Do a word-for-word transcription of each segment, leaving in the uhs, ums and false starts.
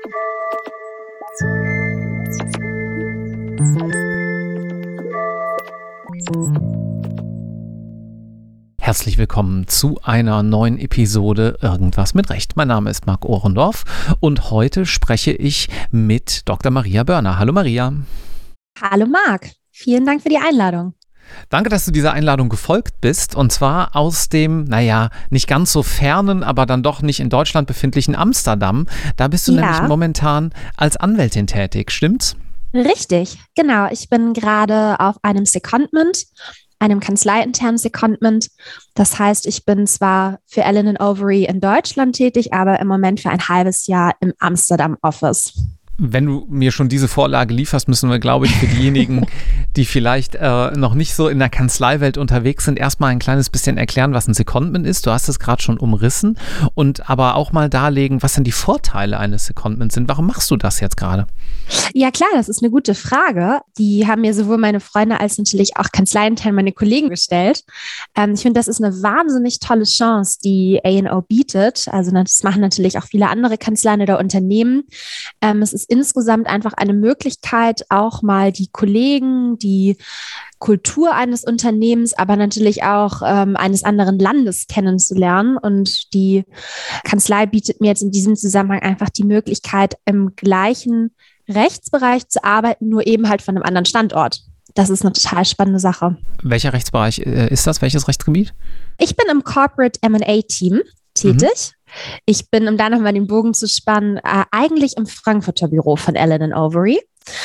Herzlich willkommen zu einer neuen Episode Irgendwas mit Recht. Mein Name ist Marc Ohrendorf und heute spreche ich mit Doktor Maria Börner. Hallo Maria. Hallo Marc, vielen Dank für die Einladung. Danke, dass du dieser Einladung gefolgt bist, und zwar aus dem, naja, nicht ganz so fernen, aber dann doch nicht in Deutschland befindlichen Amsterdam. Da bist du Ja. nämlich momentan als Anwältin tätig, stimmt's? Richtig, genau. Ich bin gerade auf einem Secondment, einem kanzleiinternen Secondment. Das heißt, ich bin zwar für Allen and Overy in Deutschland tätig, aber im Moment für ein halbes Jahr im Amsterdam-Office. Wenn du mir schon diese Vorlage lieferst, müssen wir, glaube ich, für diejenigen, die vielleicht äh, noch nicht so in der Kanzleiwelt unterwegs sind, erstmal ein kleines bisschen erklären, was ein Secondment ist. Du hast es gerade schon umrissen, und aber auch mal darlegen, was denn die Vorteile eines Secondments sind. Warum machst du das jetzt gerade? Ja klar, das ist eine gute Frage. Die haben mir sowohl meine Freunde als natürlich auch kanzleiintern meine Kollegen gestellt. Ähm, ich finde, das ist eine wahnsinnig tolle Chance, die A und O bietet. Also das machen natürlich auch viele andere Kanzleien oder Unternehmen. Ähm, es ist insgesamt einfach eine Möglichkeit, auch mal die Kollegen, die Kultur eines Unternehmens, aber natürlich auch ähm, eines anderen Landes kennenzulernen. Und die Kanzlei bietet mir jetzt in diesem Zusammenhang einfach die Möglichkeit, im gleichen Rechtsbereich zu arbeiten, nur eben halt von einem anderen Standort. Das ist eine total spannende Sache. Welcher Rechtsbereich äh, ist das? Welches Rechtsgebiet? Ich bin im Corporate M and A-Team tätig. Mhm. Ich bin, um da nochmal den Bogen zu spannen, äh, eigentlich im Frankfurter Büro von Allen and Overy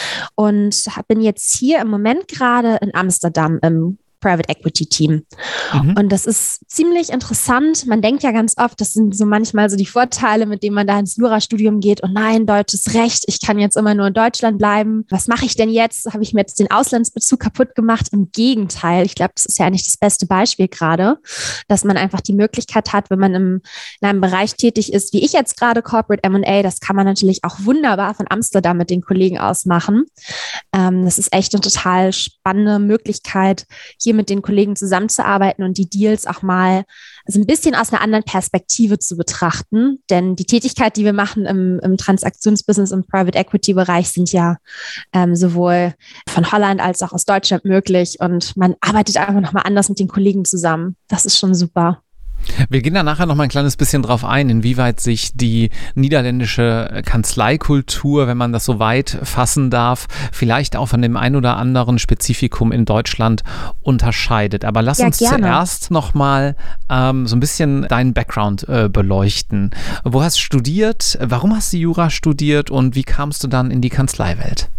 und bin jetzt hier im Moment gerade in Amsterdam im Private Equity Team. Mhm. Und das ist ziemlich interessant. Man denkt ja ganz oft, das sind so manchmal so die Vorteile, mit denen man da ins Jurastudium geht. Und nein, deutsches Recht, ich kann jetzt immer nur in Deutschland bleiben. Was mache ich denn jetzt? Habe ich mir jetzt den Auslandsbezug kaputt gemacht? Im Gegenteil. Ich glaube, das ist ja eigentlich das beste Beispiel gerade, dass man einfach die Möglichkeit hat, wenn man im, in einem Bereich tätig ist, wie ich jetzt gerade, Corporate M and A, das kann man natürlich auch wunderbar von Amsterdam mit den Kollegen aus machen. Ähm, das ist echt eine total spannende Möglichkeit, hier mit den Kollegen zusammenzuarbeiten und die Deals auch mal also ein bisschen aus einer anderen Perspektive zu betrachten. Denn die Tätigkeit, die wir machen im, im Transaktionsbusiness, im Private Equity Bereich, sind ja ähm, sowohl von Holland als auch aus Deutschland möglich. Und man arbeitet einfach nochmal anders mit den Kollegen zusammen. Das ist schon super. Wir gehen da nachher noch mal ein kleines bisschen drauf ein, inwieweit sich die niederländische Kanzleikultur, wenn man das so weit fassen darf, vielleicht auch von dem ein oder anderen Spezifikum in Deutschland unterscheidet. Aber lass ja, uns gerne. zuerst noch mal ähm, so ein bisschen deinen Background äh, beleuchten. Wo hast du studiert? Warum hast du Jura studiert? Und wie kamst du dann in die Kanzleiwelt?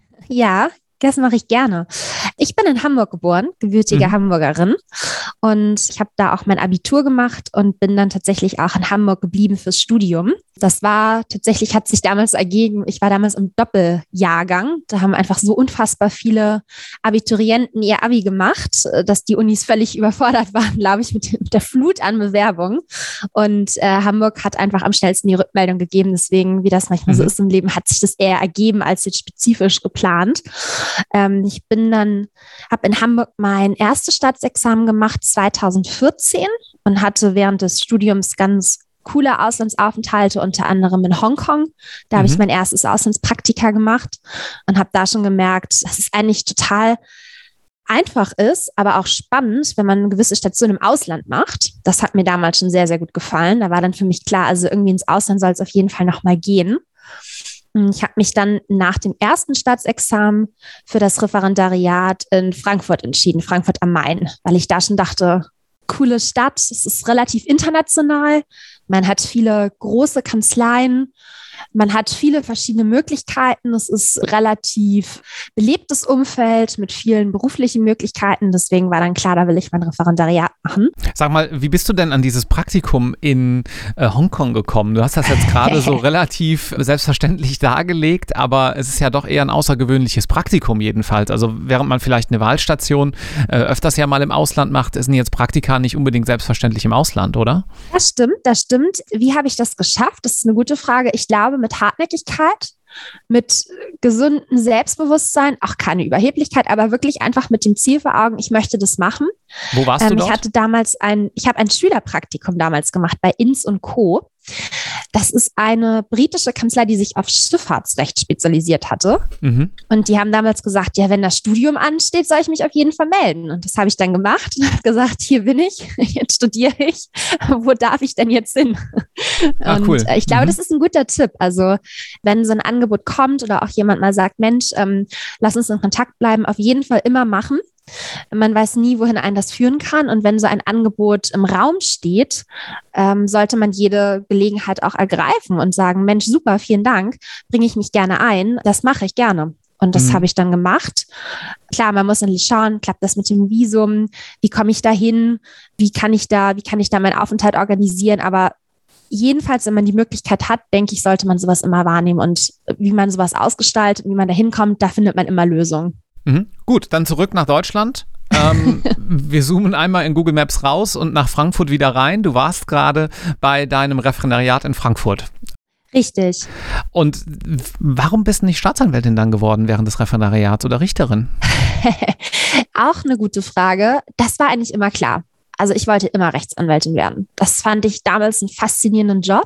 Ja, das mache ich gerne. Ich bin in Hamburg geboren, gebürtige mhm. Hamburgerin, und ich habe da auch mein Abitur gemacht und bin dann tatsächlich auch in Hamburg geblieben fürs Studium. Das war tatsächlich, hat sich damals ergeben, ich war damals im Doppeljahrgang. Da haben einfach so unfassbar viele Abiturienten ihr Abi gemacht, dass die Unis völlig überfordert waren, glaube ich, mit, mit der Flut an Bewerbungen. Und äh, Hamburg hat einfach am schnellsten die Rückmeldung gegeben. Deswegen, wie das manchmal mhm. so ist im Leben, hat sich das eher ergeben als jetzt spezifisch geplant. Ähm, ich bin dann, habe in Hamburg mein erstes Staatsexamen gemacht zweitausendvierzehn und hatte während des Studiums ganz coole Auslandsaufenthalte, unter anderem in Hongkong. Da mhm. habe ich mein erstes Auslandspraktika gemacht und habe da schon gemerkt, dass es eigentlich total einfach ist, aber auch spannend, wenn man eine gewisse Station im Ausland macht. Das hat mir damals schon sehr, sehr gut gefallen. Da war dann für mich klar, also irgendwie ins Ausland soll es auf jeden Fall nochmal gehen. Ich habe mich dann nach dem ersten Staatsexamen für das Referendariat in Frankfurt entschieden, Frankfurt am Main, weil ich da schon dachte, coole Stadt, es ist relativ international, man hat viele große Kanzleien, man hat viele verschiedene Möglichkeiten, es ist ein relativ belebtes Umfeld mit vielen beruflichen Möglichkeiten, deswegen war dann klar, da will ich mein Referendariat machen. Sag mal, wie bist du denn an dieses Praktikum in äh, Hongkong gekommen? Du hast das jetzt gerade so relativ selbstverständlich dargelegt, aber es ist ja doch eher ein außergewöhnliches Praktikum jedenfalls. Also während man vielleicht eine Wahlstation äh, öfters ja mal im Ausland macht, sind jetzt Praktika nicht unbedingt selbstverständlich im Ausland, oder? Das stimmt, das stimmt. Wie habe ich das geschafft? Das ist eine gute Frage. Ich glaube, mit Hartnäckigkeit, mit gesundem Selbstbewusstsein, auch keine Überheblichkeit, aber wirklich einfach mit dem Ziel vor Augen, ich möchte das machen. Wo warst ähm, du dort? Ich hatte damals ein, ich habe ein Schülerpraktikum damals gemacht bei Ins und Co. Das ist eine britische Kanzlei, die sich auf Schifffahrtsrecht spezialisiert hatte. Mhm. Und die haben damals gesagt, ja, wenn das Studium ansteht, soll ich mich auf jeden Fall melden. Und das habe ich dann gemacht und habe gesagt, hier bin ich, jetzt studiere ich. Wo darf ich denn jetzt hin? Ah, und cool. ich glaube, Mhm. das ist ein guter Tipp. Also wenn so ein Angebot kommt oder auch jemand mal sagt, Mensch, ähm, lass uns in Kontakt bleiben, auf jeden Fall immer machen. Man weiß nie, wohin einen das führen kann. Und wenn so ein Angebot im Raum steht, ähm, sollte man jede Gelegenheit auch ergreifen und sagen, Mensch, super, vielen Dank, bringe ich mich gerne ein. Das mache ich gerne. Und das Mhm. habe ich dann gemacht. Klar, man muss dann schauen, klappt das mit dem Visum? Wie komme ich da hin? Wie kann ich da, wie kann ich da meinen Aufenthalt organisieren? Aber jedenfalls, wenn man die Möglichkeit hat, denke ich, sollte man sowas immer wahrnehmen. Und wie man sowas ausgestaltet, wie man da hinkommt, da findet man immer Lösungen. Mhm. Gut, dann zurück nach Deutschland. ähm, wir zoomen einmal in Google Maps raus und nach Frankfurt wieder rein. Du warst gerade bei deinem Referendariat in Frankfurt. Richtig. Und warum bist du nicht Staatsanwältin dann geworden während des Referendariats oder Richterin? Auch eine gute Frage. Das war eigentlich immer klar. Also ich wollte immer Rechtsanwältin werden. Das fand ich damals einen faszinierenden Job.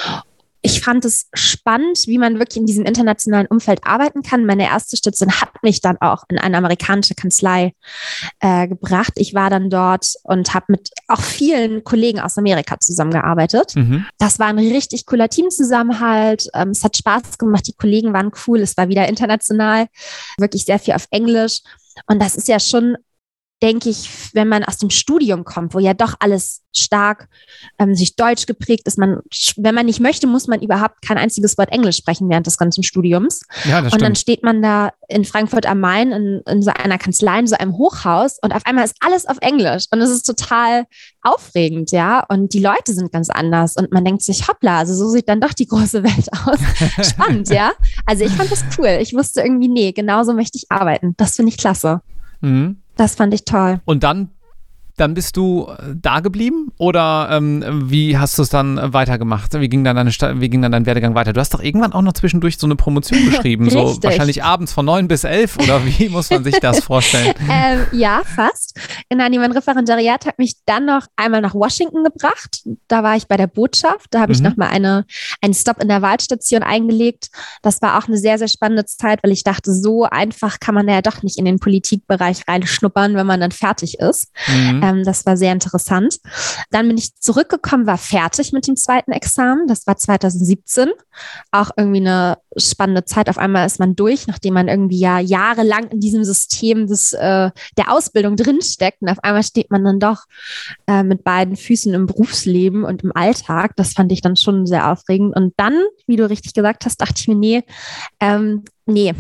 Ich fand es spannend, wie man wirklich in diesem internationalen Umfeld arbeiten kann. Meine erste Station hat mich dann auch in eine amerikanische Kanzlei äh, gebracht. Ich war dann dort und habe mit auch vielen Kollegen aus Amerika zusammengearbeitet. Mhm. Das war ein richtig cooler Teamzusammenhalt. Ähm, es hat Spaß gemacht, die Kollegen waren cool. Es war wieder international, wirklich sehr viel auf Englisch. Und das ist ja schon, denke ich, wenn man aus dem Studium kommt, wo ja doch alles stark ähm, sich deutsch geprägt ist, man, wenn man nicht möchte, muss man überhaupt kein einziges Wort Englisch sprechen während des ganzen Studiums. Ja, das und dann stimmt. steht man da in Frankfurt am Main in, in so einer Kanzlei, in so einem Hochhaus und auf einmal ist alles auf Englisch und es ist total aufregend, ja, und die Leute sind ganz anders und man denkt sich, hoppla, also so sieht dann doch die große Welt aus. Spannend, ja. Also ich fand das cool. Ich wusste irgendwie, nee, genauso möchte ich arbeiten. Das finde ich klasse. Mhm. Das fand ich toll. Und dann, dann bist du da geblieben oder ähm, wie hast du es dann weitergemacht? Wie ging dann deine Sta- wie ging dann dein Werdegang weiter? Du hast doch irgendwann auch noch zwischendurch so eine Promotion geschrieben, so Richtig. wahrscheinlich abends von neun bis elf oder wie muss man sich das vorstellen? ähm, ja, fast. Genau, mein Referendariat hat mich dann noch einmal nach Washington gebracht. Da war ich bei der Botschaft. Da habe ich Mhm. nochmal eine, einen Stopp in der Wahlstation eingelegt. Das war auch eine sehr, sehr spannende Zeit, weil ich dachte, so einfach kann man ja doch nicht in den Politikbereich reinschnuppern, wenn man dann fertig ist. Mhm. Ähm, das war sehr interessant. Dann bin ich zurückgekommen, war fertig mit dem zweiten Examen. Das war zwanzig siebzehn. Auch irgendwie eine spannende Zeit. Auf einmal ist man durch, nachdem man irgendwie ja jahrelang in diesem System des, äh, der Ausbildung drinsteckt. Und auf einmal steht man dann doch äh, mit beiden Füßen im Berufsleben und im Alltag. Das fand ich dann schon sehr aufregend. Und dann, wie du richtig gesagt hast, dachte ich mir, nee, ähm, nee,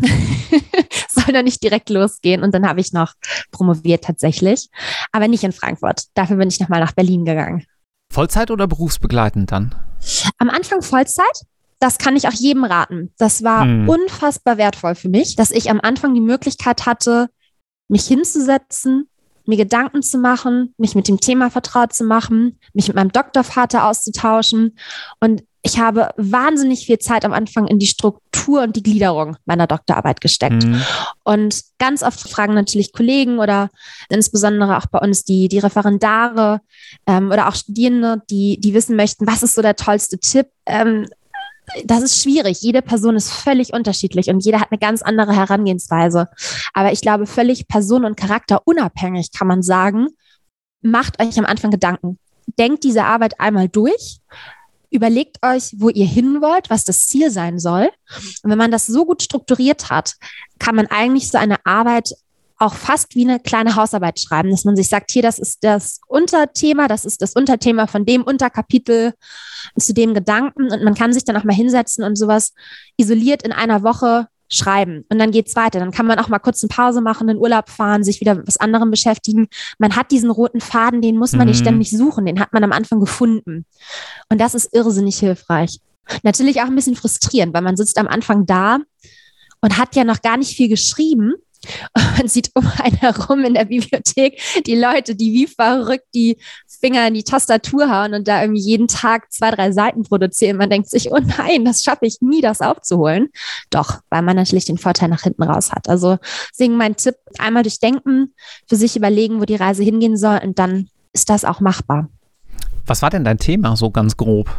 soll doch nicht direkt losgehen. Und dann habe ich noch promoviert tatsächlich, aber nicht in Frankfurt. Dafür bin ich nochmal nach Berlin gegangen. Vollzeit oder berufsbegleitend dann? Am Anfang Vollzeit. Das kann ich auch jedem raten. Das war Hm. unfassbar wertvoll für mich, dass ich am Anfang die Möglichkeit hatte, mich hinzusetzen, mir Gedanken zu machen, mich mit dem Thema vertraut zu machen, mich mit meinem Doktorvater auszutauschen. Und ich habe wahnsinnig viel Zeit am Anfang in die Struktur und die Gliederung meiner Doktorarbeit gesteckt. Mhm. Und ganz oft fragen natürlich Kollegen oder insbesondere auch bei uns die, die Referendare ähm, oder auch Studierende, die, die wissen möchten, was ist so der tollste Tipp? Ähm, das ist schwierig. Jede Person ist völlig unterschiedlich und jeder hat eine ganz andere Herangehensweise. Aber ich glaube, völlig person- und charakterunabhängig kann man sagen, macht euch am Anfang Gedanken. Denkt diese Arbeit einmal durch. Überlegt euch, wo ihr hin wollt, was das Ziel sein soll. Und wenn man das so gut strukturiert hat, kann man eigentlich so eine Arbeit auch fast wie eine kleine Hausarbeit schreiben, dass man sich sagt, hier, das ist das Unterthema, das ist das Unterthema von dem Unterkapitel zu dem Gedanken und man kann sich dann auch mal hinsetzen und sowas isoliert in einer Woche schreiben und dann geht's weiter. Dann kann man auch mal kurz eine Pause machen, in Urlaub fahren, sich wieder mit was anderem beschäftigen. Man hat diesen roten Faden, den muss man Mhm. nicht ständig suchen, den hat man am Anfang gefunden. Und das ist irrsinnig hilfreich. Natürlich auch ein bisschen frustrierend, weil man sitzt am Anfang da und hat ja noch gar nicht viel geschrieben. Und man sieht um einen herum in der Bibliothek die Leute, die wie verrückt die Finger in die Tastatur hauen und da irgendwie jeden Tag zwei, drei Seiten produzieren. Man denkt sich, oh nein, das schaffe ich nie, das aufzuholen. Doch, weil man natürlich den Vorteil nach hinten raus hat. Also deswegen mein Tipp, einmal durchdenken, für sich überlegen, wo die Reise hingehen soll und dann ist das auch machbar. Was war denn dein Thema so ganz grob?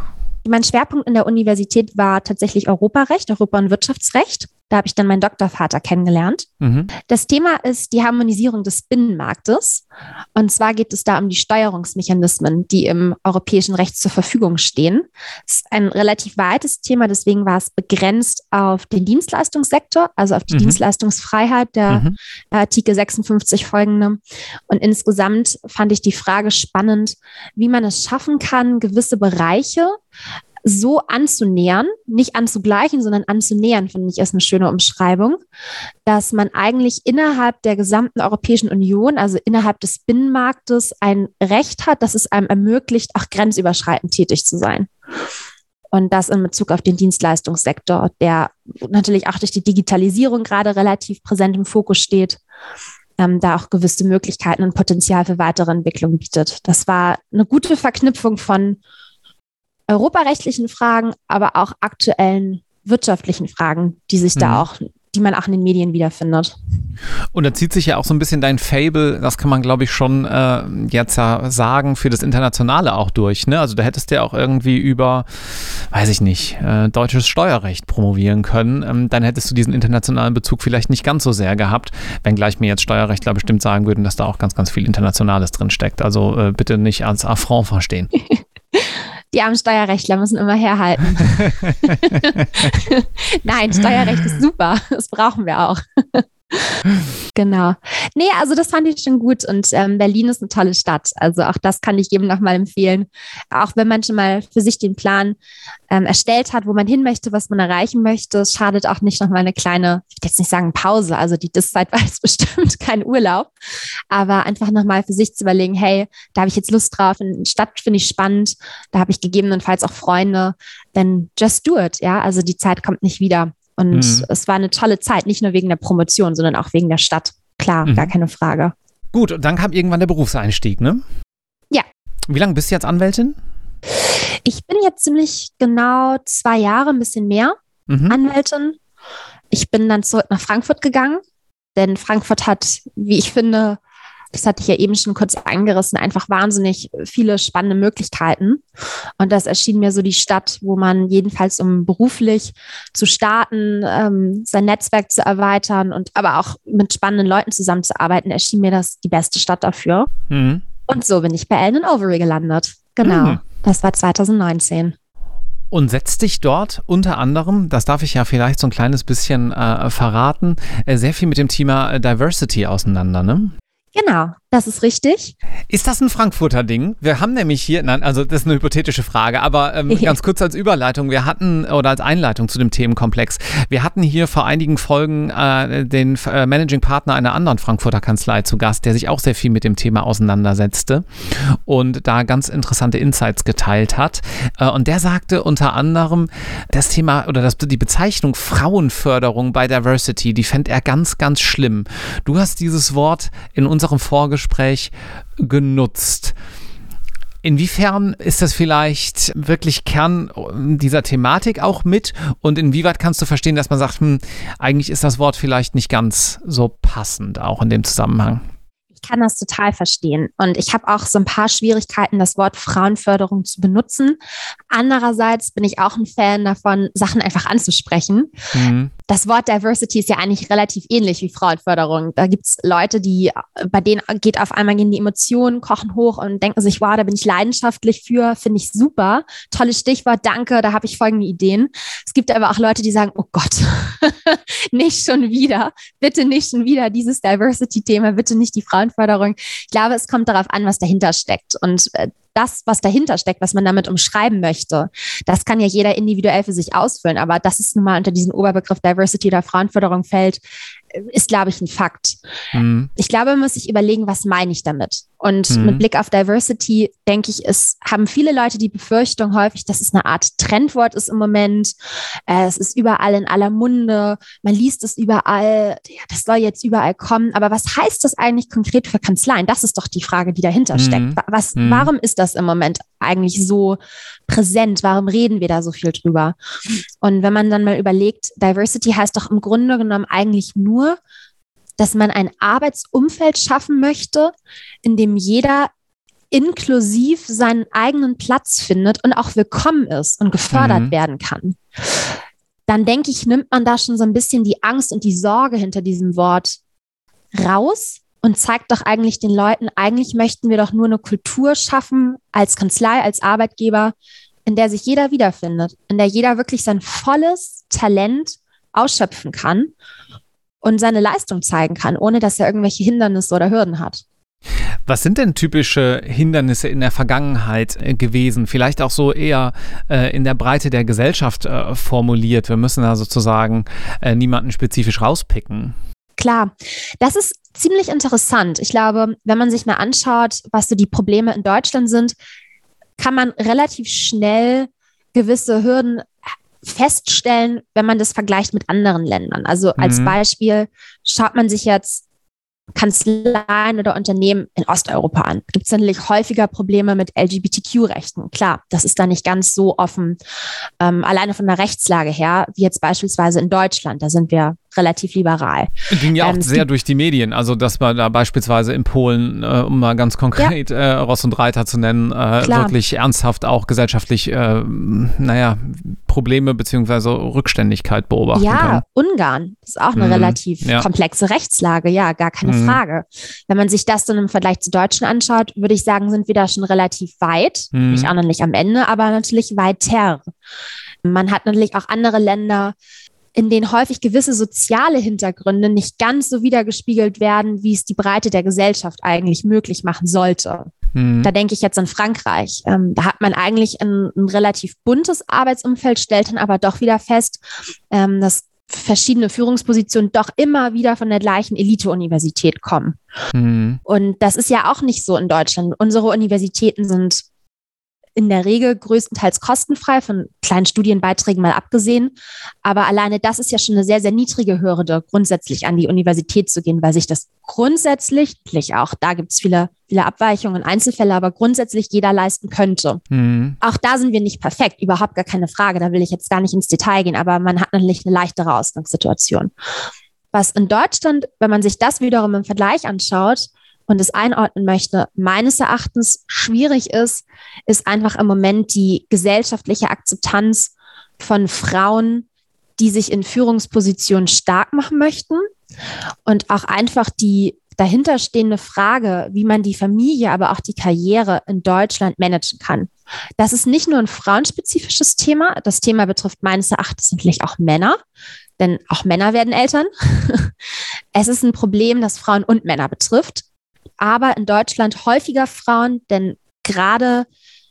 Mein Schwerpunkt in der Universität war tatsächlich Europarecht, Europa- und Wirtschaftsrecht. Da habe ich dann meinen Doktorvater kennengelernt. Mhm. Das Thema ist die Harmonisierung des Binnenmarktes. Und zwar geht es da um die Steuerungsmechanismen, die im europäischen Recht zur Verfügung stehen. Es ist ein relativ weites Thema, deswegen war es begrenzt auf den Dienstleistungssektor, also auf die mhm. Dienstleistungsfreiheit, der mhm. Artikel sechsundfünfzig folgende. Und insgesamt fand ich die Frage spannend, wie man es schaffen kann, gewisse Bereiche so anzunähern, nicht anzugleichen, sondern anzunähern, finde ich, ist eine schöne Umschreibung, dass man eigentlich innerhalb der gesamten Europäischen Union, also innerhalb des Binnenmarktes, ein Recht hat, das es einem ermöglicht, auch grenzüberschreitend tätig zu sein. Und das in Bezug auf den Dienstleistungssektor, der natürlich auch durch die Digitalisierung gerade relativ präsent im Fokus steht, ähm, da auch gewisse Möglichkeiten und Potenzial für weitere Entwicklung bietet. Das war eine gute Verknüpfung von europarechtlichen Fragen, aber auch aktuellen wirtschaftlichen Fragen, die sich mhm. da auch, die man auch in den Medien wiederfindet. Und da zieht sich ja auch so ein bisschen dein Fable, das kann man glaube ich schon äh, jetzt ja sagen, für das Internationale auch durch, ne? Also da hättest du ja auch irgendwie über, weiß ich nicht, äh, deutsches Steuerrecht promovieren können. Ähm, dann hättest du diesen internationalen Bezug vielleicht nicht ganz so sehr gehabt, wenngleich mir jetzt Steuerrechtler bestimmt sagen würden, dass da auch ganz, ganz viel Internationales drin steckt. Also äh, bitte nicht als Affront verstehen. Die armen Steuerrechtler müssen immer herhalten. Nein, Steuerrecht ist super. Das brauchen wir auch. Genau. Nee, also das fand ich schon gut und ähm, Berlin ist eine tolle Stadt. Also auch das kann ich jedem nochmal empfehlen. Auch wenn man schon mal für sich den Plan ähm, erstellt hat, wo man hin möchte, was man erreichen möchte, es schadet auch nicht nochmal eine kleine, ich will jetzt nicht sagen Pause, also die Diszeit war jetzt bestimmt kein Urlaub, aber einfach nochmal für sich zu überlegen, hey, da habe ich jetzt Lust drauf, eine Stadt finde ich spannend, da habe ich gegebenenfalls auch Freunde, then just do it, ja, also die Zeit kommt nicht wieder. Und mhm. es war eine tolle Zeit, nicht nur wegen der Promotion, sondern auch wegen der Stadt. Klar, mhm. gar keine Frage. Gut, und dann kam irgendwann der Berufseinstieg, ne? Ja. Wie lange bist du jetzt Anwältin? Ich bin jetzt ziemlich genau zwei Jahre, ein bisschen mehr mhm. Anwältin. Ich bin dann zurück nach Frankfurt gegangen, denn Frankfurt hat, wie ich finde, das hatte ich ja eben schon kurz angerissen, einfach wahnsinnig viele spannende Möglichkeiten. Und das erschien mir so die Stadt, wo man jedenfalls, um beruflich zu starten, ähm, sein Netzwerk zu erweitern und aber auch mit spannenden Leuten zusammenzuarbeiten, erschien mir das die beste Stadt dafür. Mhm. Und so bin ich bei Allen and Overy gelandet. Genau, mhm. das war zwanzig neunzehn. Und setzt dich dort unter anderem, das darf ich ja vielleicht so ein kleines bisschen äh, verraten, äh, sehr viel mit dem Thema Diversity auseinander, ne? Genau, das ist richtig. Ist das ein Frankfurter Ding? Wir haben nämlich hier, nein, also das ist eine hypothetische Frage, aber ähm, ganz kurz als Überleitung, wir hatten, oder als Einleitung zu dem Themenkomplex, wir hatten hier vor einigen Folgen äh, den äh, Managing Partner einer anderen Frankfurter Kanzlei zu Gast, der sich auch sehr viel mit dem Thema auseinandersetzte und da ganz interessante Insights geteilt hat. Äh, und der sagte unter anderem, das Thema oder das, die Bezeichnung Frauenförderung bei Diversity, die fände er ganz, ganz schlimm. Du hast dieses Wort in unserem Vorgespräch genutzt. Inwiefern ist das vielleicht wirklich Kern dieser Thematik auch mit und inwieweit kannst du verstehen, dass man sagt, hm, eigentlich ist das Wort vielleicht nicht ganz so passend auch in dem Zusammenhang? Ich kann das total verstehen und ich habe auch so ein paar Schwierigkeiten, das Wort Frauenförderung zu benutzen. Andererseits bin ich auch ein Fan davon, Sachen einfach anzusprechen. Mhm. Das Wort Diversity ist ja eigentlich relativ ähnlich wie Frauenförderung. Da gibt es Leute, die, bei denen geht auf einmal gehen die Emotionen, kochen hoch und denken sich, wow, da bin ich leidenschaftlich für, finde ich super. Tolles Stichwort, danke, da habe ich folgende Ideen. Es gibt aber auch Leute, die sagen, oh Gott, nicht schon wieder, bitte nicht schon wieder dieses Diversity-Thema, bitte nicht die Frauenförderung. Ich glaube, es kommt darauf an, was dahinter steckt und äh, das, was dahinter steckt, was man damit umschreiben möchte, das kann ja jeder individuell für sich ausfüllen. Aber dass es nun mal unter diesen Oberbegriff Diversity oder Frauenförderung fällt, ist, glaube ich, ein Fakt. Mhm. Ich glaube, man muss sich überlegen, was meine ich damit? Und mhm. mit Blick auf Diversity, denke ich, es haben viele Leute die Befürchtung häufig, dass es eine Art Trendwort ist im Moment. Äh, es ist überall in aller Munde. Man liest es überall. Ja, das soll jetzt überall kommen. Aber was heißt das eigentlich konkret für Kanzleien? Das ist doch die Frage, die dahinter mhm. steckt. Was, mhm. Warum ist das im Moment eigentlich so präsent? Warum reden wir da so viel drüber? Und wenn man dann mal überlegt, Diversity heißt doch im Grunde genommen eigentlich nur, dass man ein Arbeitsumfeld schaffen möchte, in dem jeder inklusiv seinen eigenen Platz findet und auch willkommen ist und gefördert mhm. werden kann, dann denke ich, nimmt man da schon so ein bisschen die Angst und die Sorge hinter diesem Wort raus und zeigt doch eigentlich den Leuten, eigentlich möchten wir doch nur eine Kultur schaffen als Kanzlei, als Arbeitgeber, in der sich jeder wiederfindet, in der jeder wirklich sein volles Talent ausschöpfen kann und seine Leistung zeigen kann, ohne dass er irgendwelche Hindernisse oder Hürden hat. Was sind denn typische Hindernisse in der Vergangenheit äh, gewesen? Vielleicht auch so eher äh, in der Breite der Gesellschaft äh, formuliert. Wir müssen da sozusagen äh, niemanden spezifisch rauspicken. Klar, das ist ziemlich interessant. Ich glaube, wenn man sich mal anschaut, was so die Probleme in Deutschland sind, kann man relativ schnell gewisse Hürden feststellen, wenn man das vergleicht mit anderen Ländern. Also als mhm. Beispiel schaut man sich jetzt Kanzleien oder Unternehmen in Osteuropa an. Gibt es natürlich häufiger Probleme mit L G B T Q-Rechten. Klar, das ist da nicht ganz so offen, ähm, alleine von der Rechtslage her, wie jetzt beispielsweise in Deutschland. Da sind wir relativ liberal. Ging ja auch ähm, sehr durch die Medien. Also, dass man da beispielsweise in Polen, äh, um mal ganz konkret ja. äh, Ross und Reiter zu nennen, äh, wirklich ernsthaft auch gesellschaftlich, äh, naja, Probleme bzw. Rückständigkeit beobachten ja, kann. Ja, Ungarn ist auch eine mhm. relativ ja. komplexe Rechtslage. Ja, gar keine mhm. Frage. Wenn man sich das dann im Vergleich zu Deutschland anschaut, würde ich sagen, sind wir da schon relativ weit. Mhm. Nicht auch noch nicht am Ende, aber natürlich weiter. Man hat natürlich auch andere Länder, in denen häufig gewisse soziale Hintergründe nicht ganz so wiedergespiegelt werden, wie es die Breite der Gesellschaft eigentlich möglich machen sollte. Mhm. Da denke ich jetzt an Frankreich. Ähm, da hat man eigentlich ein, ein relativ buntes Arbeitsumfeld, stellt dann aber doch wieder fest, ähm, dass verschiedene Führungspositionen doch immer wieder von der gleichen Elite-Universität kommen. Mhm. Und das ist ja auch nicht so in Deutschland. Unsere Universitäten sind in der Regel größtenteils kostenfrei, von kleinen Studienbeiträgen mal abgesehen. Aber alleine das ist ja schon eine sehr, sehr niedrige Hürde, grundsätzlich an die Universität zu gehen, weil sich das grundsätzlich, auch da gibt es viele, viele Abweichungen, Einzelfälle, aber grundsätzlich jeder leisten könnte. Mhm. Auch da sind wir nicht perfekt, überhaupt gar keine Frage. Da will ich jetzt gar nicht ins Detail gehen, aber man hat natürlich eine leichtere Ausgangssituation. Was in Deutschland, wenn man sich das wiederum im Vergleich anschaut, und es einordnen möchte, meines Erachtens schwierig ist, ist einfach im Moment die gesellschaftliche Akzeptanz von Frauen, die sich in Führungspositionen stark machen möchten und auch einfach die dahinterstehende Frage, wie man die Familie, aber auch die Karriere in Deutschland managen kann. Das ist nicht nur ein frauenspezifisches Thema. Das Thema betrifft meines Erachtens natürlich auch Männer, denn auch Männer werden Eltern. Es ist ein Problem, das Frauen und Männer betrifft. Aber in Deutschland häufiger Frauen, denn gerade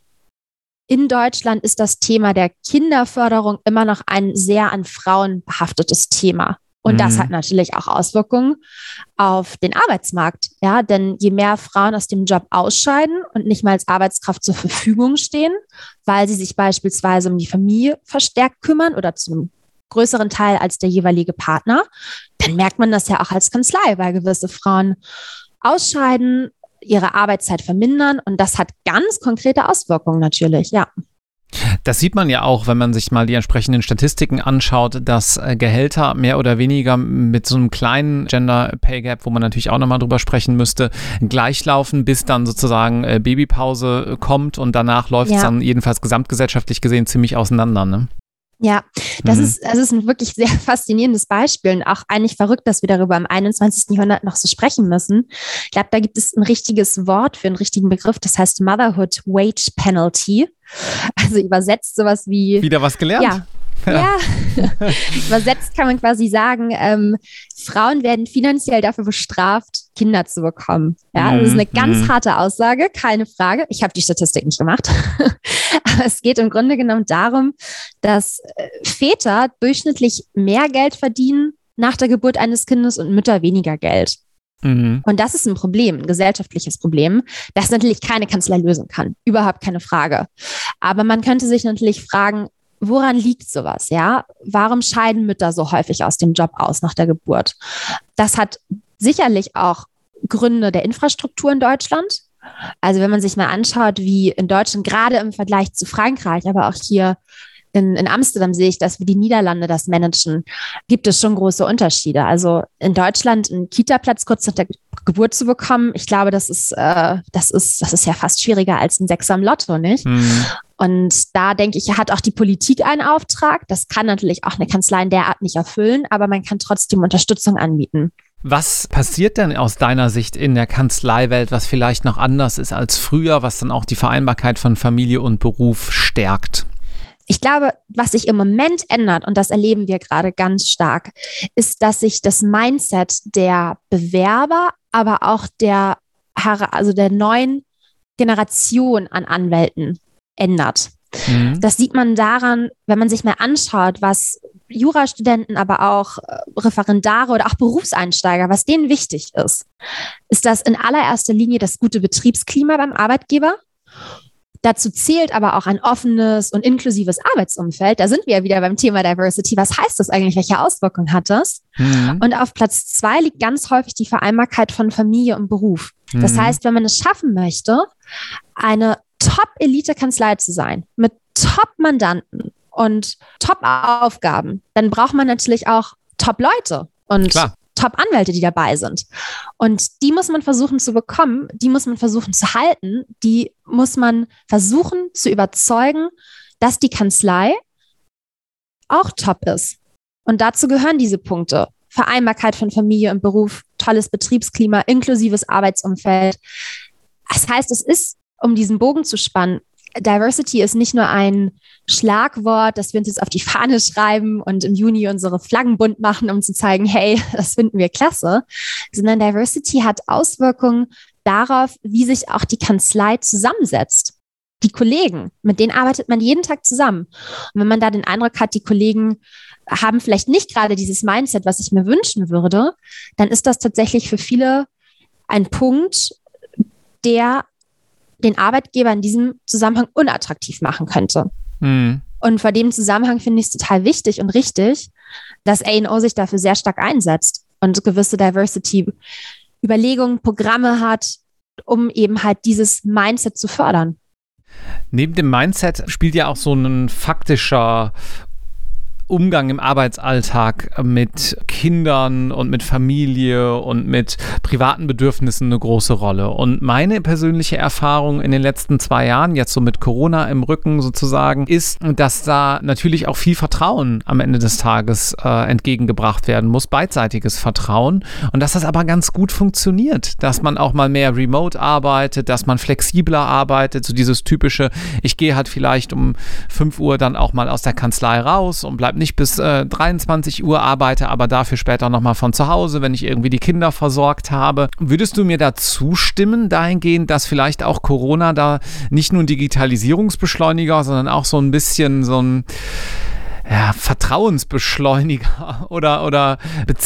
in Deutschland ist das Thema der Kinderförderung immer noch ein sehr an Frauen behaftetes Thema. Und mhm. das hat natürlich auch Auswirkungen auf den Arbeitsmarkt. Ja, denn je mehr Frauen aus dem Job ausscheiden und nicht mal als Arbeitskraft zur Verfügung stehen, weil sie sich beispielsweise um die Familie verstärkt kümmern oder zum größeren Teil als der jeweilige Partner, dann merkt man das ja auch als Kanzlei, weil gewisse Frauen ausscheiden, ihre Arbeitszeit vermindern und das hat ganz konkrete Auswirkungen natürlich, ja. Das sieht man ja auch, wenn man sich mal die entsprechenden Statistiken anschaut, dass Gehälter mehr oder weniger mit so einem kleinen Gender Pay Gap, wo man natürlich auch nochmal drüber sprechen müsste, gleichlaufen, bis dann sozusagen Babypause kommt und danach läuft es ja. dann jedenfalls gesamtgesellschaftlich gesehen ziemlich auseinander, ne? Ja, das, mhm. ist, das ist ein wirklich sehr faszinierendes Beispiel und auch eigentlich verrückt, dass wir darüber im einundzwanzigsten Jahrhundert noch so sprechen müssen. Ich glaube, da gibt es ein richtiges Wort für einen richtigen Begriff, das heißt Motherhood Wage Penalty. Also übersetzt sowas wie... Wieder was gelernt? Ja. Ja, übersetzt kann man quasi sagen, ähm, Frauen werden finanziell dafür bestraft, Kinder zu bekommen. Ja, das ist eine ganz mm. harte Aussage, keine Frage. Ich habe die Statistik nicht gemacht. Aber es geht im Grunde genommen darum, dass Väter durchschnittlich mehr Geld verdienen nach der Geburt eines Kindes und Mütter weniger Geld. Mhm. Und das ist ein Problem, ein gesellschaftliches Problem, das natürlich keine Kanzlei lösen kann. Überhaupt keine Frage. Aber man könnte sich natürlich fragen, woran liegt sowas, ja? Warum scheiden Mütter so häufig aus dem Job aus nach der Geburt? Das hat sicherlich auch Gründe der Infrastruktur in Deutschland. Also wenn man sich mal anschaut, wie in Deutschland gerade im Vergleich zu Frankreich, aber auch hier in, in Amsterdam sehe ich das, wie die Niederlande das managen, gibt es schon große Unterschiede. Also in Deutschland einen Kita-Platz kurz nach der Geburt zu bekommen, ich glaube, das ist, äh, das ist, das ist ja fast schwieriger als ein Sechser im Lotto, nicht? Mhm. Und da denke ich, hat auch die Politik einen Auftrag. Das kann natürlich auch eine Kanzlei in der Art nicht erfüllen, aber man kann trotzdem Unterstützung anbieten. Was passiert denn aus deiner Sicht in der Kanzleiwelt, was vielleicht noch anders ist als früher, was dann auch die Vereinbarkeit von Familie und Beruf stärkt? Ich glaube, was sich im Moment ändert, und das erleben wir gerade ganz stark, ist, dass sich das Mindset der Bewerber, aber auch der, also der neuen Generation an Anwälten ändert. Mhm. Das sieht man daran, wenn man sich mal anschaut, was Jurastudenten, aber auch Referendare oder auch Berufseinsteiger, was denen wichtig ist, ist das in allererster Linie das gute Betriebsklima beim Arbeitgeber. Dazu zählt aber auch ein offenes und inklusives Arbeitsumfeld. Da sind wir ja wieder beim Thema Diversity. Was heißt das eigentlich? Welche Auswirkungen hat das? Mhm. Und auf Platz zwei liegt ganz häufig die Vereinbarkeit von Familie und Beruf. Mhm. Das heißt, wenn man es schaffen möchte, eine Top-Elite-Kanzlei zu sein, mit Top-Mandanten und Top-Aufgaben, dann braucht man natürlich auch Top-Leute und Klar. Top-Anwälte, die dabei sind. Und die muss man versuchen zu bekommen, die muss man versuchen zu halten, die muss man versuchen zu überzeugen, dass die Kanzlei auch top ist. Und dazu gehören diese Punkte. Vereinbarkeit von Familie und Beruf, tolles Betriebsklima, inklusives Arbeitsumfeld. Das heißt, es ist, um diesen Bogen zu spannen, Diversity ist nicht nur ein Schlagwort, das wir uns jetzt auf die Fahne schreiben und im Juni unsere Flaggen bunt machen, um zu zeigen, hey, das finden wir klasse, sondern Diversity hat Auswirkungen darauf, wie sich auch die Kanzlei zusammensetzt. Die Kollegen, mit denen arbeitet man jeden Tag zusammen. Und wenn man da den Eindruck hat, die Kollegen haben vielleicht nicht gerade dieses Mindset, was ich mir wünschen würde, dann ist das tatsächlich für viele ein Punkt, der den Arbeitgeber in diesem Zusammenhang unattraktiv machen könnte. Mhm. Und vor dem Zusammenhang finde ich es total wichtig und richtig, dass A und O sich dafür sehr stark einsetzt und gewisse Diversity-Überlegungen, Programme hat, um eben halt dieses Mindset zu fördern. Neben dem Mindset spielt ja auch so ein faktischer Umgang im Arbeitsalltag mit Kindern und mit Familie und mit privaten Bedürfnissen eine große Rolle. Und meine persönliche Erfahrung in den letzten zwei Jahren, jetzt so mit Corona im Rücken sozusagen, ist, dass da natürlich auch viel Vertrauen am Ende des Tages äh, entgegengebracht werden muss, beidseitiges Vertrauen. Und dass das aber ganz gut funktioniert, dass man auch mal mehr remote arbeitet, dass man flexibler arbeitet, so dieses typische, ich gehe halt vielleicht um fünf Uhr dann auch mal aus der Kanzlei raus und bleibe nicht bis äh, dreiundzwanzig Uhr, arbeite aber dafür später nochmal von zu Hause, wenn ich irgendwie die Kinder versorgt habe. Würdest du mir da zustimmen, dahingehend, dass vielleicht auch Corona da nicht nur ein Digitalisierungsbeschleuniger, sondern auch so ein bisschen so ein ja, Vertrauensbeschleuniger oder, oder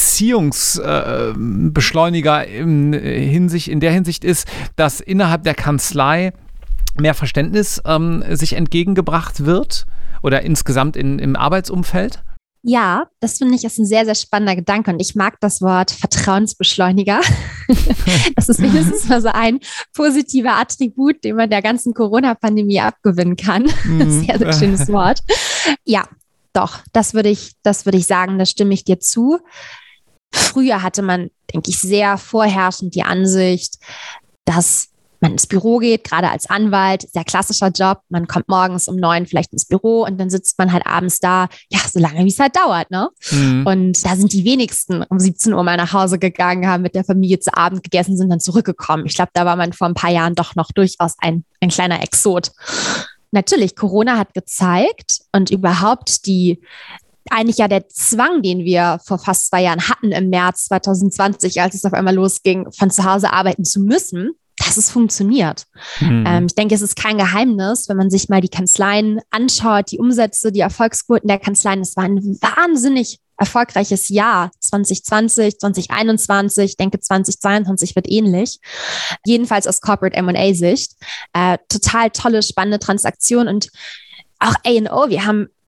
Beziehungsbeschleuniger äh, in, Hinsicht, in der Hinsicht ist, dass innerhalb der Kanzlei mehr Verständnis ähm, sich entgegengebracht wird? Oder insgesamt in, im Arbeitsumfeld? Ja, das finde ich ist ein sehr, sehr spannender Gedanke und ich mag das Wort Vertrauensbeschleuniger. Das ist mindestens mal so ein positiver Attribut, den man der ganzen Corona-Pandemie abgewinnen kann. Mhm. Sehr, sehr schönes Wort. Ja, doch, das würde ich, das würde ich sagen, da stimme ich dir zu. Früher hatte man, denke ich, sehr vorherrschend die Ansicht, dass man ins Büro geht, gerade als Anwalt, sehr klassischer Job. Man kommt morgens um neun vielleicht ins Büro und dann sitzt man halt abends da, ja, so lange wie es halt dauert, ne? Mhm. Und da sind die wenigsten um siebzehn Uhr mal nach Hause gegangen, haben mit der Familie zu Abend gegessen, sind dann zurückgekommen. Ich glaube, da war man vor ein paar Jahren doch noch durchaus ein, ein kleiner Exot. Natürlich, Corona hat gezeigt und überhaupt die eigentlich ja der Zwang, den wir vor fast zwei Jahren hatten im März zwanzig zwanzig, als es auf einmal losging, von zu Hause arbeiten zu müssen, dass es funktioniert. Mhm. Ähm, ich denke, es ist kein Geheimnis, wenn man sich mal die Kanzleien anschaut, die Umsätze, die Erfolgsquoten der Kanzleien. Es war ein wahnsinnig erfolgreiches Jahr. zwanzig zwanzig, zwanzig einundzwanzig, ich denke zwanzig zweiundzwanzig wird ähnlich. Jedenfalls aus Corporate M und A-Sicht. Äh, total tolle, spannende Transaktion und auch A und O. Wir haben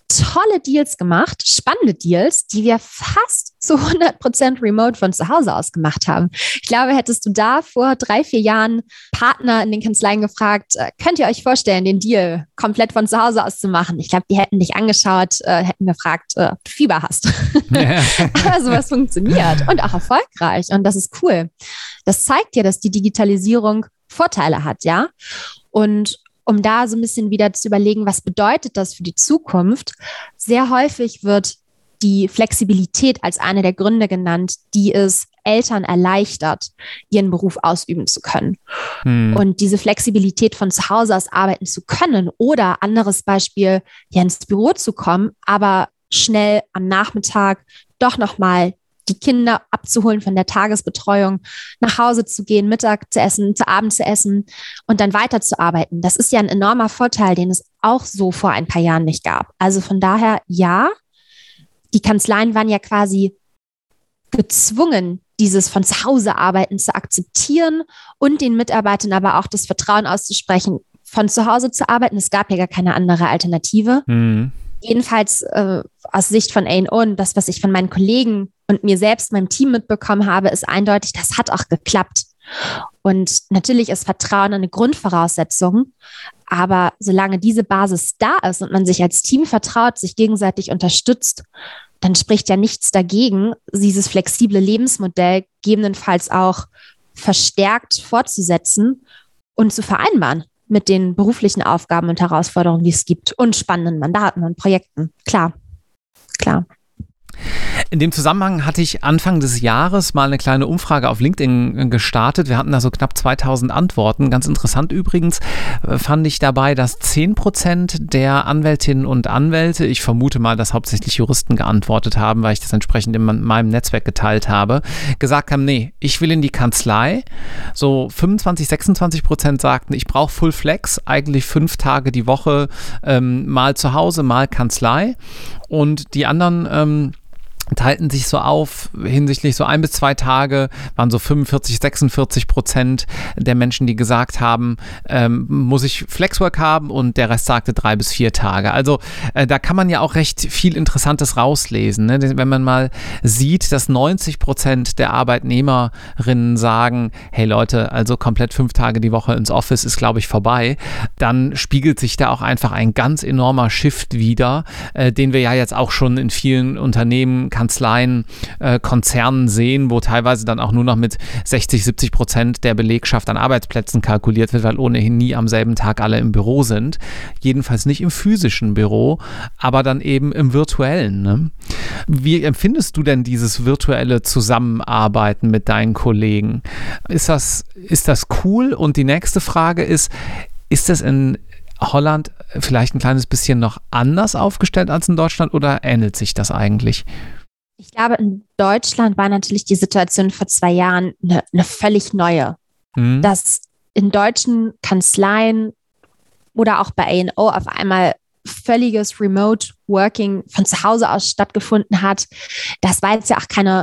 tolle Deals gemacht, spannende Deals, die wir fast zu hundert Prozent remote von zu Hause aus gemacht haben. Ich glaube, hättest du da vor drei, vier Jahren Partner in den Kanzleien gefragt, äh, könnt ihr euch vorstellen, den Deal komplett von zu Hause aus zu machen? Ich glaube, die hätten dich angeschaut, äh, hätten gefragt, äh, ob du Fieber hast. Ja. Aber sowas funktioniert und auch erfolgreich und das ist cool. Das zeigt dir, dass die Digitalisierung Vorteile hat, ja? Und um da so ein bisschen wieder zu überlegen, was bedeutet das für die Zukunft? Sehr häufig wird die Flexibilität als eine der Gründe genannt, die es Eltern erleichtert, ihren Beruf ausüben zu können. Hm. Und diese Flexibilität von zu Hause aus arbeiten zu können oder anderes Beispiel, ja ins Büro zu kommen, aber schnell am Nachmittag doch nochmal die Kinder abzuholen von der Tagesbetreuung, nach Hause zu gehen, Mittag zu essen, zu Abend zu essen und dann weiterzuarbeiten. Das ist ja ein enormer Vorteil, den es auch so vor ein paar Jahren nicht gab. Also von daher, ja, die Kanzleien waren ja quasi gezwungen, dieses von zu Hause arbeiten zu akzeptieren und den Mitarbeitern aber auch das Vertrauen auszusprechen, von zu Hause zu arbeiten. Es gab ja gar keine andere Alternative. Mhm. Jedenfalls äh, aus Sicht von A und O und das, was ich von meinen Kollegen und mir selbst, meinem Team mitbekommen habe, ist eindeutig, das hat auch geklappt. Und natürlich ist Vertrauen eine Grundvoraussetzung, aber solange diese Basis da ist und man sich als Team vertraut, sich gegenseitig unterstützt, dann spricht ja nichts dagegen, dieses flexible Lebensmodell gegebenenfalls auch verstärkt fortzusetzen und zu vereinbaren mit den beruflichen Aufgaben und Herausforderungen, die es gibt und spannenden Mandaten und Projekten. Klar, klar. In dem Zusammenhang hatte ich Anfang des Jahres mal eine kleine Umfrage auf LinkedIn gestartet. Wir hatten da so knapp zweitausend Antworten. Ganz interessant übrigens fand ich dabei, dass zehn Prozent der Anwältinnen und Anwälte, ich vermute mal, dass hauptsächlich Juristen geantwortet haben, weil ich das entsprechend in meinem Netzwerk geteilt habe, gesagt haben, nee, ich will in die Kanzlei. So fünfundzwanzig, sechsundzwanzig Prozent sagten, ich brauche Full Flex, eigentlich fünf Tage die Woche, ähm, mal zu Hause, mal Kanzlei. Und die anderen ähm, teilten sich so auf hinsichtlich so ein bis zwei Tage, waren so fünfundvierzig, sechsundvierzig Prozent der Menschen, die gesagt haben, ähm, muss ich Flexwork haben und der Rest sagte drei bis vier Tage. Also äh, da kann man ja auch recht viel Interessantes rauslesen, ne? Wenn man mal sieht, dass neunzig Prozent der Arbeitnehmerinnen sagen, hey Leute, also komplett fünf Tage die Woche ins Office ist, glaube ich, vorbei, dann spiegelt sich da auch einfach ein ganz enormer Shift wider, äh, den wir ja jetzt auch schon in vielen Unternehmen, Kanzleien, äh, Konzernen sehen, wo teilweise dann auch nur noch mit sechzig, siebzig Prozent der Belegschaft an Arbeitsplätzen kalkuliert wird, weil ohnehin nie am selben Tag alle im Büro sind. Jedenfalls nicht im physischen Büro, aber dann eben im virtuellen. Ne? Wie empfindest du denn dieses virtuelle Zusammenarbeiten mit deinen Kollegen? Ist das, ist das cool? Und die nächste Frage ist, ist das in Holland vielleicht ein kleines bisschen noch anders aufgestellt als in Deutschland oder ähnelt sich das eigentlich? Ich glaube, in Deutschland war natürlich die Situation vor zwei Jahren eine, eine völlig neue. Mhm. Dass in deutschen Kanzleien oder auch bei A und O auf einmal völliges Remote Working von zu Hause aus stattgefunden hat. Das war jetzt ja auch keine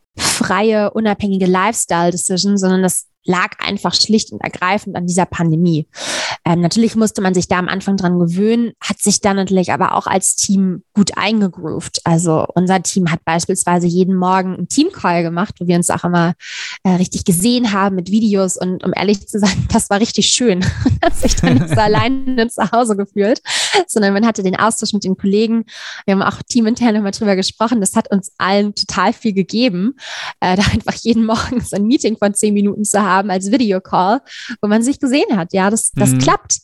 freie, unabhängige Lifestyle-Decision, sondern das lag einfach schlicht und ergreifend an dieser Pandemie. Ähm, natürlich musste man sich da am Anfang dran gewöhnen, hat sich dann natürlich aber auch als Team gut eingegroovt. Also unser Team hat beispielsweise jeden Morgen einen Teamcall gemacht, wo wir uns auch immer äh, richtig gesehen haben mit Videos und um ehrlich zu sein, das war richtig schön. Man hat sich dann nicht so alleine zu Hause gefühlt, sondern man hatte den Austausch mit den Kollegen. Wir haben auch teamintern immer drüber gesprochen. Das hat uns allen total viel gegeben, äh, da einfach jeden Morgen so ein Meeting von zehn Minuten zu haben als Videocall, wo man sich gesehen hat. Ja, das, das mhm. klappt.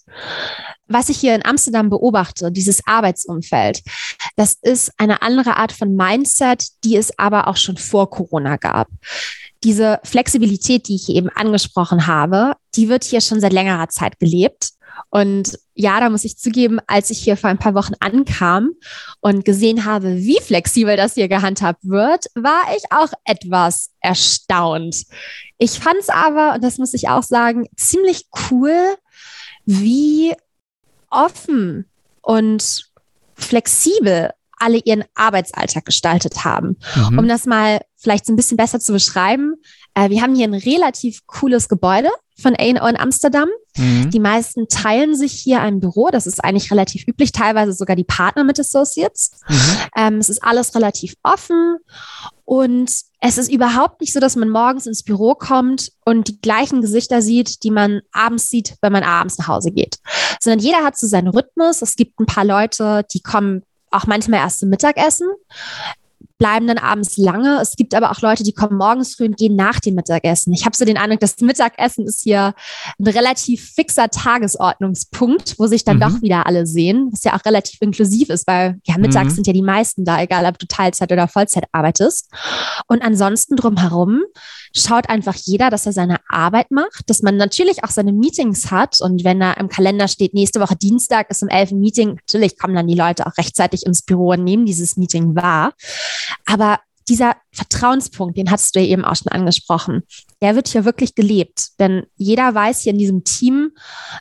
Was ich hier in Amsterdam beobachte, dieses Arbeitsumfeld, das ist eine andere Art von Mindset, die es aber auch schon vor Corona gab. Diese Flexibilität, die ich eben angesprochen habe, die wird hier schon seit längerer Zeit gelebt. Und ja, da muss ich zugeben, als ich hier vor ein paar Wochen ankam und gesehen habe, wie flexibel das hier gehandhabt wird, war ich auch etwas erstaunt. Ich fand es aber, und das muss ich auch sagen, ziemlich cool, wie offen und flexibel alle ihren Arbeitsalltag gestaltet haben. Mhm. Um das mal vielleicht so ein bisschen besser zu beschreiben, äh, wir haben hier ein relativ cooles Gebäude von A und O in Amsterdam. Mhm. Die meisten teilen sich hier ein Büro. Das ist eigentlich relativ üblich, teilweise sogar die Partner mit Associates. Mhm. Ähm, es ist alles relativ offen und es ist überhaupt nicht so, dass man morgens ins Büro kommt und die gleichen Gesichter sieht, die man abends sieht, wenn man abends nach Hause geht. Sondern jeder hat so seinen Rhythmus. Es gibt ein paar Leute, die kommen auch manchmal erst zum Mittagessen, bleiben dann abends lange. Es gibt aber auch Leute, die kommen morgens früh und gehen nach dem Mittagessen. Ich habe so den Eindruck, das Mittagessen ist hier ein relativ fixer Tagesordnungspunkt, wo sich dann mhm. doch wieder alle sehen, was ja auch relativ inklusiv ist, weil ja mittags mhm. sind ja die meisten da, egal ob du Teilzeit oder Vollzeit arbeitest. Und ansonsten drumherum schaut einfach jeder, dass er seine Arbeit macht, dass man natürlich auch seine Meetings hat und wenn da im Kalender steht, nächste Woche Dienstag ist um elf ein Meeting, natürlich kommen dann die Leute auch rechtzeitig ins Büro und nehmen dieses Meeting wahr. Aber dieser Vertrauenspunkt, den hattest du ja eben auch schon angesprochen, der wird hier wirklich gelebt. Denn jeder weiß hier in diesem Team,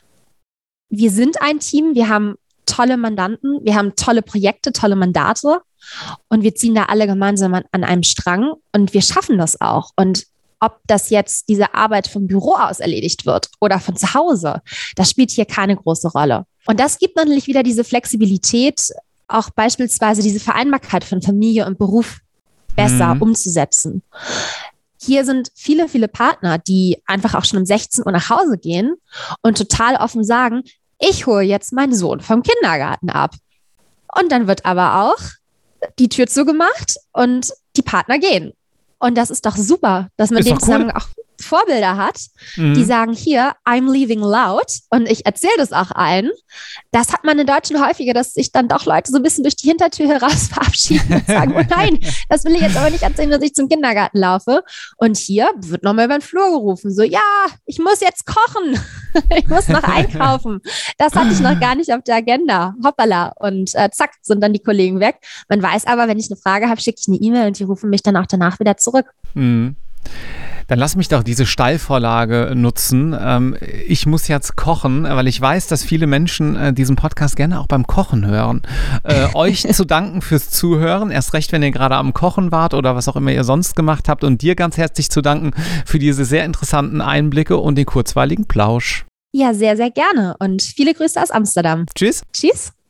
wir sind ein Team, wir haben tolle Mandanten, wir haben tolle Projekte, tolle Mandate und wir ziehen da alle gemeinsam an, an einem Strang und wir schaffen das auch. Und ob das jetzt diese Arbeit vom Büro aus erledigt wird oder von zu Hause, das spielt hier keine große Rolle. Und das gibt natürlich wieder diese Flexibilität, auch beispielsweise diese Vereinbarkeit von Familie und Beruf besser mhm. umzusetzen. Hier sind viele, viele Partner, die einfach auch schon um sechzehn Uhr nach Hause gehen und total offen sagen, ich hole jetzt meinen Sohn vom Kindergarten ab. Und dann wird aber auch die Tür zugemacht und die Partner gehen. Und das ist doch super, dass man dem zusammen cool. auch Vorbilder hat, mhm. die sagen, hier, I'm leaving loud und ich erzähle das auch allen. Das hat man in Deutschland häufiger, dass sich dann doch Leute so ein bisschen durch die Hintertür heraus verabschieden und sagen, oh nein, das will ich jetzt aber nicht erzählen, dass ich zum Kindergarten laufe. Und hier wird nochmal über den Flur gerufen, so, ja, ich muss jetzt kochen, ich muss noch einkaufen. Das hatte ich noch gar nicht auf der Agenda. Hoppala. Und äh, zack, sind dann die Kollegen weg. Man weiß aber, wenn ich eine Frage habe, schicke ich eine E-Mail und die rufen mich dann auch danach wieder zurück. Mhm. Dann lass mich doch diese Steilvorlage nutzen. Ähm, ich muss jetzt kochen, weil ich weiß, dass viele Menschen äh, diesen Podcast gerne auch beim Kochen hören. Äh, euch zu danken fürs Zuhören, erst recht, wenn ihr gerade am Kochen wart oder was auch immer ihr sonst gemacht habt und dir ganz herzlich zu danken für diese sehr interessanten Einblicke und den kurzweiligen Plausch. Ja, sehr, sehr gerne und viele Grüße aus Amsterdam. Tschüss. Tschüss.